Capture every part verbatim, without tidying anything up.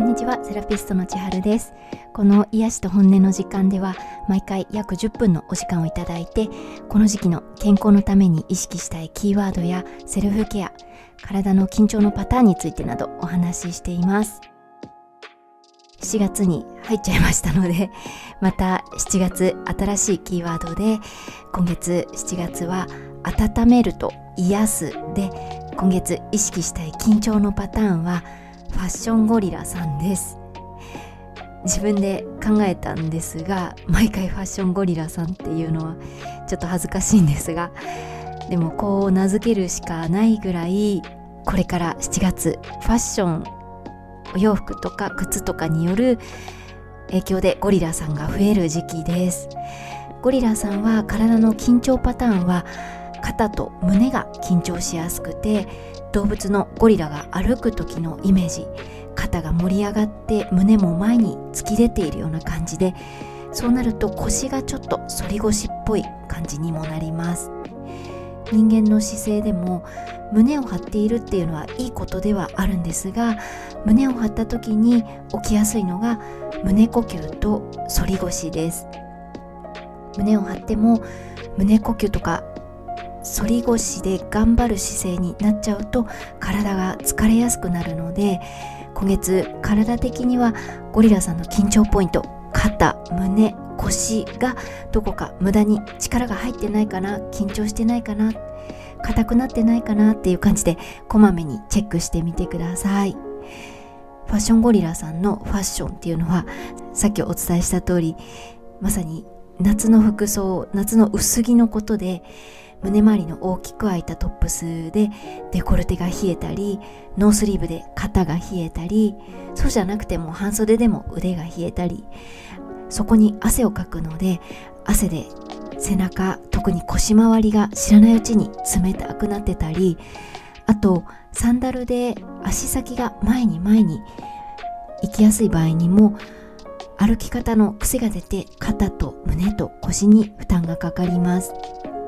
にちは、セラピストの千春です。この癒しと本音の時間では毎回約じゅっぷんのお時間をいただいて、この時期の健康のために意識したいキーワードやセルフケア、体の緊張のパターンについてなどお話ししています。しちがつに入っちゃいましたので、またしちがつ新しいキーワードで、今月しちがつは温めると癒すで、今月意識したい緊張のパターンはファッションゴリラさんです。自分で考えたんですが、毎回ファッションゴリラさんっていうのはちょっと恥ずかしいんですが、でもこう名付けるしかないぐらい、これからしちがつファッション、お洋服とか靴とかによる影響でゴリラさんが増える時期です。ゴリラさんは体の緊張パターンは肩と胸が緊張しやすくて、動物のゴリラが歩く時のイメージ、肩が盛り上がって胸も前に突き出ているような感じで、そうなると腰がちょっと反り腰っぽい感じにもなります。人間の姿勢でも胸を張っているっていうのはいいことではあるんですが、胸を張った時に起きやすいのが胸呼吸と反り腰です。胸を張っても胸呼吸とか反り腰で頑張る姿勢になっちゃうと体が疲れやすくなるので、今月体的にはゴリラさんの緊張ポイント、肩、胸、腰がどこか無駄に力が入ってないかな、緊張してないかな、硬くなってないかなっていう感じでこまめにチェックしてみてください。ファッションゴリラさんのファッションっていうのは、さっきお伝えした通り、まさに夏の服装、夏の薄着のことで、胸周りの大きく開いたトップスでデコルテが冷えたり、ノースリーブで肩が冷えたり、そうじゃなくても半袖でも腕が冷えたり、そこに汗をかくので、汗で背中、特に腰回りが知らないうちに冷たくなってたり、あとサンダルで足先が前に前に行きやすい場合にも、歩き方の癖が出て肩と胸と腰に負担がかかります。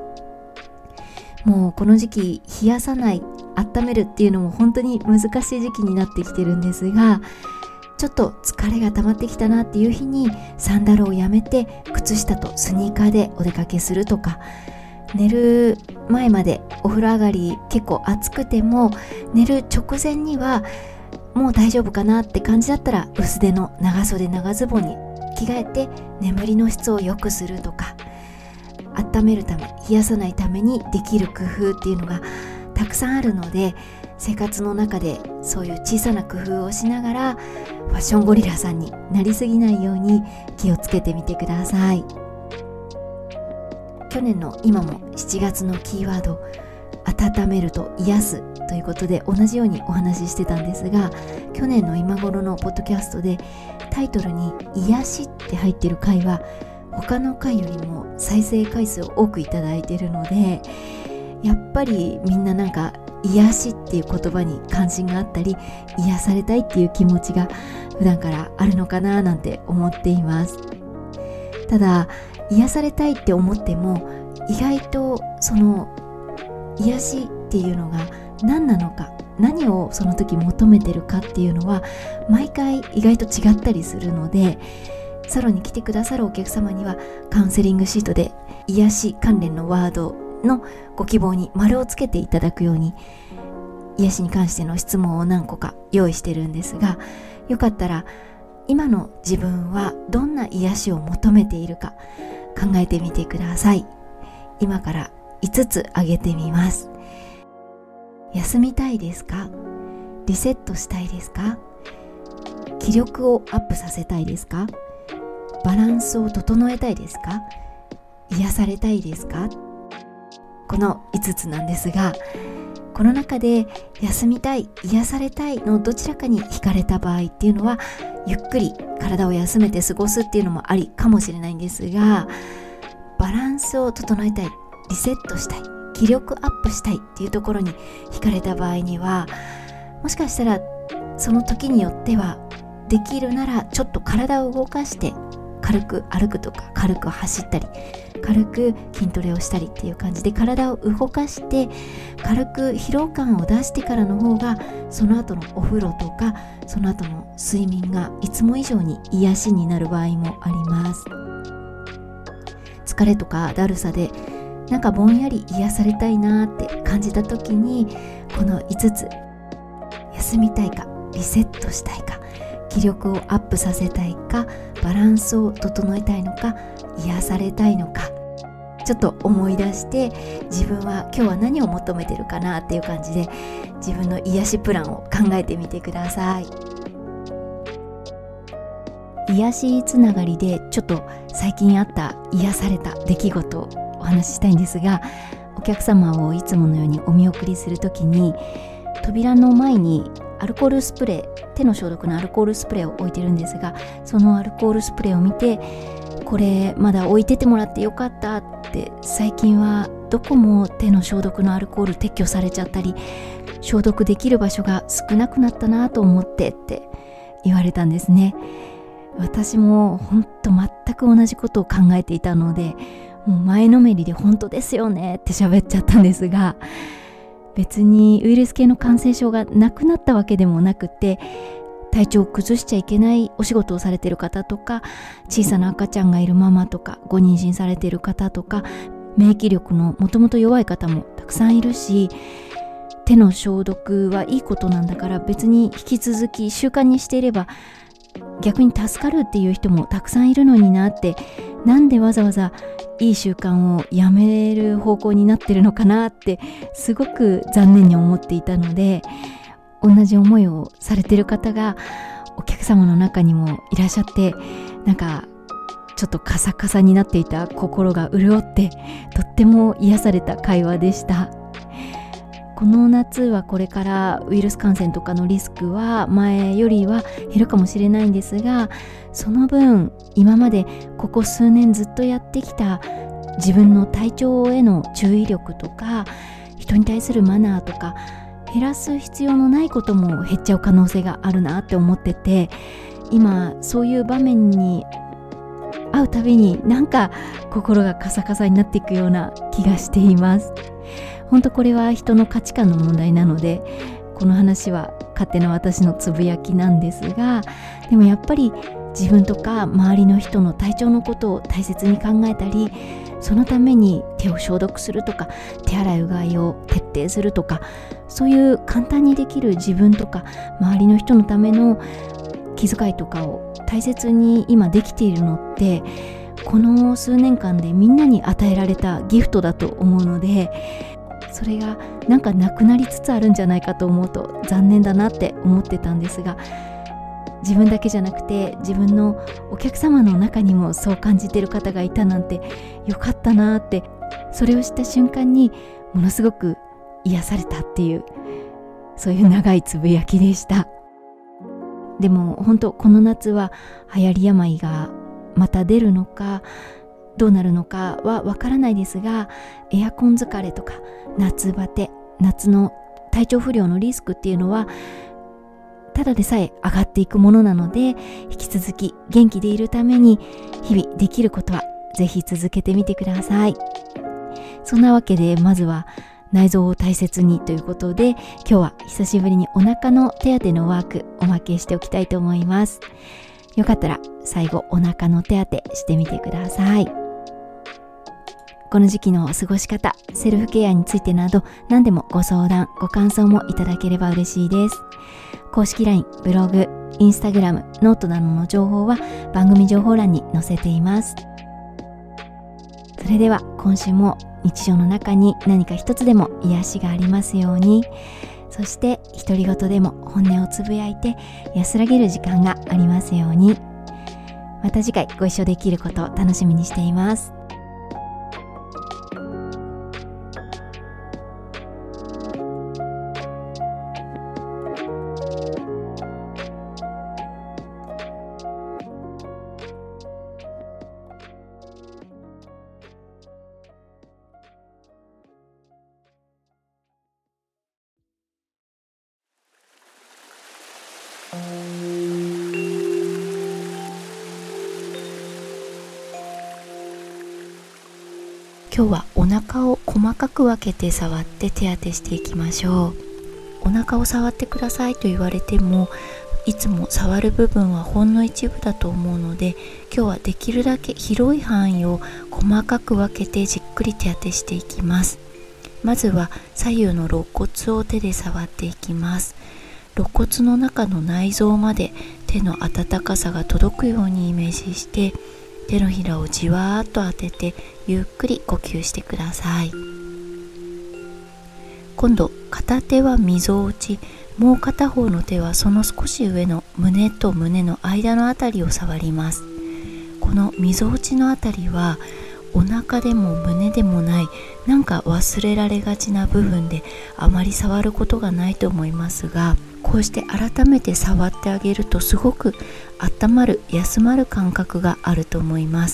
もうこの時期冷やさない、温めるっていうのも本当に難しい時期になってきてるんですが、ちょっと疲れが溜まってきたなっていう日にサンダルをやめて靴下とスニーカーでお出かけするとか、寝る前までお風呂上がり結構暑くても寝る直前にはもう大丈夫かなって感じだったら、薄手の長袖長ズボンに着替えて眠りの質を良くするとか、温めるため、冷やさないためにできる工夫っていうのがたくさんあるので、生活の中でそういう小さな工夫をしながらファッションゴリラさんになりすぎないように気をつけてみてください。去年の今もしちがつのキーワード、温めると癒すということで同じようにお話ししてたんですが、去年の今頃のポッドキャストでタイトルに癒しって入ってる回は他の回よりも再生回数を多くいただいているので、やっぱりみんななんか癒しっていう言葉に関心があったり、癒されたいっていう気持ちが普段からあるのかななんて思っています。ただ癒されたいって思っても、意外とその癒しっていうのが何なのか、何をその時求めてるかっていうのは毎回意外と違ったりするので、サロンに来てくださるお客様にはカウンセリングシートで癒し関連のワードのご希望に丸をつけていただくように、癒しに関しての質問を何個か用意してるんですが、よかったら今の自分はどんな癒しを求めているか考えてみてください。今からいつつ挙げてみます。休みたいですか？リセットしたいですか？気力をアップさせたいですか？バランスを整えたいですか？癒されたいですか？このいつつなんですが、この中で休みたい、癒されたいのどちらかに惹かれた場合っていうのは、ゆっくり体を休めて過ごすっていうのもありかもしれないんですが、バランスを整えたい、リセットしたい、気力アップしたいっていうところに惹かれた場合には、もしかしたらその時によってはできるならちょっと体を動かして軽く歩くとか軽く走ったり、 軽く筋トレをしたりっていう感じで体を動かして軽く疲労感を出してからの方が、その後のお風呂とかその後の睡眠がいつも以上に癒しになる場合もあります。疲れとかだるさでなんかぼんやり癒されたいなって感じた時に、このいつつ、休みたいかリセットしたいか気力をアップさせたいかバランスを整えたいのか癒されたいのか、ちょっと思い出して自分は今日は何を求めてるかなっていう感じで自分の癒しプランを考えてみてください。癒しつながりでちょっと最近あった癒された出来事をお話ししたいんですが、お客様をいつものようにお見送りするときに扉の前にアルコールスプレー、手の消毒のアルコールスプレーを置いてるんですが、そのアルコールスプレーを見て、これまだ置いててもらってよかったって、最近はどこも手の消毒のアルコール撤去されちゃったり消毒できる場所が少なくなったなと思ってって言われたんですね。私も本当全く同じことを考えていたので、もう前のめりで本当ですよねって喋っちゃったんですが、別にウイルス系の感染症がなくなったわけでもなくて、体調を崩しちゃいけないお仕事をされている方とか、小さな赤ちゃんがいるママとか、ご妊娠されている方とか、免疫力のもともと弱い方もたくさんいるし、手の消毒はいいことなんだから別に引き続き習慣にしていれば逆に助かるっていう人もたくさんいるのになって、なんでわざわざいい習慣をやめる方向になってるのかなってすごく残念に思っていたので、同じ思いをされてる方がお客様の中にもいらっしゃって、なんかちょっとカサカサになっていた心が潤ってとっても癒された会話でした。この夏はこれからウイルス感染とかのリスクは前よりは減るかもしれないんですが、その分今までここ数年ずっとやってきた自分の体調への注意力とか人に対するマナーとか減らす必要のないことも減っちゃう可能性があるなって思ってて、今そういう場面に会うたびになんか心がカサカサになっていくような気がしています。本当これは人の価値観の問題なので、この話は勝手な私のつぶやきなんですが、でもやっぱり自分とか周りの人の体調のことを大切に考えたり、そのために手を消毒するとか手洗いうがいを徹底するとか、そういう簡単にできる自分とか周りの人のための気遣いとかを大切に今できているのって、この数年間でみんなに与えられたギフトだと思うので、それがなんかなくなりつつあるんじゃないかと思うと残念だなって思ってたんですが、自分だけじゃなくて自分のお客様の中にもそう感じてる方がいたなんてよかったなって、それを知った瞬間にものすごく癒されたっていう、そういう長いつぶやきでした。でも本当この夏は流行り病がまた出るのかどうなるのかはわからないですが、エアコン疲れとか夏バテ、夏の体調不良のリスクっていうのはただでさえ上がっていくものなので、引き続き元気でいるために日々できることはぜひ続けてみてください。そんなわけでまずは内臓を大切にということで、今日は久しぶりにお腹の手当てのワークおまけしておきたいと思います。よかったら最後お腹の手当てしてみてください。この時期の過ごし方、セルフケアについてなど何でもご相談、ご感想もいただければ嬉しいです。公式 ライン、ブログ、インスタグラム、ノートなどの情報は番組情報欄に載せています。それでは今週も日常の中に何か一つでも癒しがありますように、そして独り言でも本音をつぶやいて安らげる時間がありますように。また次回ご一緒できることを楽しみにしています。 今日はお腹を細かく分けて触って手当てしていきましょう。お腹を触ってくださいと言われても、いつも触る部分はほんの一部だと思うので、今日はできるだけ広い範囲を細かく分けてじっくり手当てしていきます。まずは左右の肋骨を手で触っていきます。肋骨の中の内臓まで手の温かさが届くようにイメージして、手のひらをじわーっと当ててゆっくり呼吸してください。今度片手はみぞおち、もう片方の手はその少し上の胸と胸の間のあたりを触ります。このみぞおちのあたりはお腹でも胸でもない、なんか忘れられがちな部分であまり触ることがないと思いますが、こうして改めて触ってあげるとすごく温まる、休まる感覚があると思います。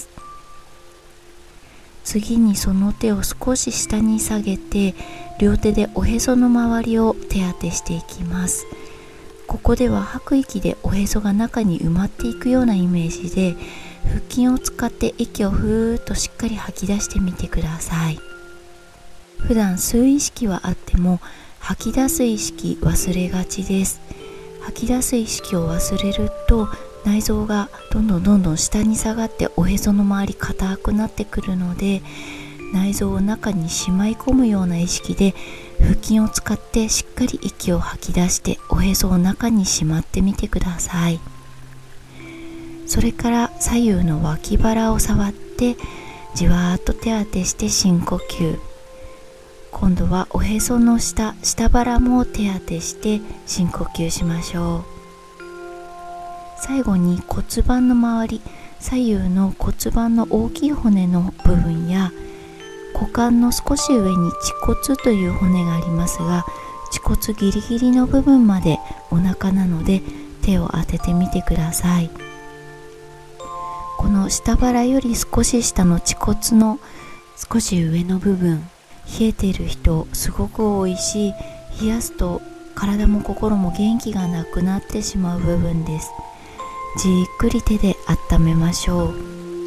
次にその手を少し下に下げて、両手でおへその周りを手当てしていきます。ここでは吐く息でおへそが中に埋まっていくようなイメージで、腹筋を使って息をふーっとしっかり吐き出してみてください。普段吸う意識はあっても吐き出す意識忘れがちです。吐き出す意識を忘れると内臓がどんどんどんどん下に下がっておへその周り硬くなってくるので、内臓を中にしまい込むような意識で腹筋を使ってしっかり息を吐き出しておへそを中にしまってみてください。それから左右の脇腹を触ってじわーっと手当てして深呼吸。今度はおへその下、下腹も手当てして深呼吸しましょう。最後に骨盤の周り、左右の骨盤の大きい骨の部分や股間の少し上に恥骨という骨がありますが、恥骨ギリギリの部分までお腹なので手を当ててみてください。この下腹より少し下の恥骨の少し上の部分、冷えている人すごく多いし、冷やすと体も心も元気がなくなってしまう部分です。じっくり手で温めましょう。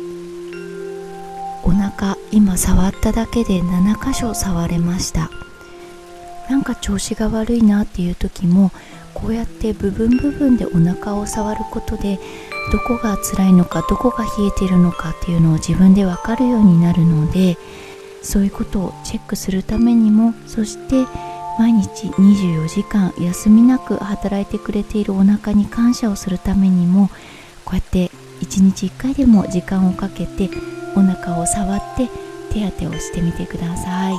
お腹、今触っただけでななかしょ触れました。なんか調子が悪いなっていう時も、こうやって部分部分でお腹を触ることで、どこが辛いのか、どこが冷えているのかっていうのを自分でわかるようになるので、そういうことをチェックするためにも、そして毎日にじゅうよじかん休みなく働いてくれているお腹に感謝をするためにも、こうやっていちにちいっかいでも時間をかけてお腹を触って手当てをしてみてください。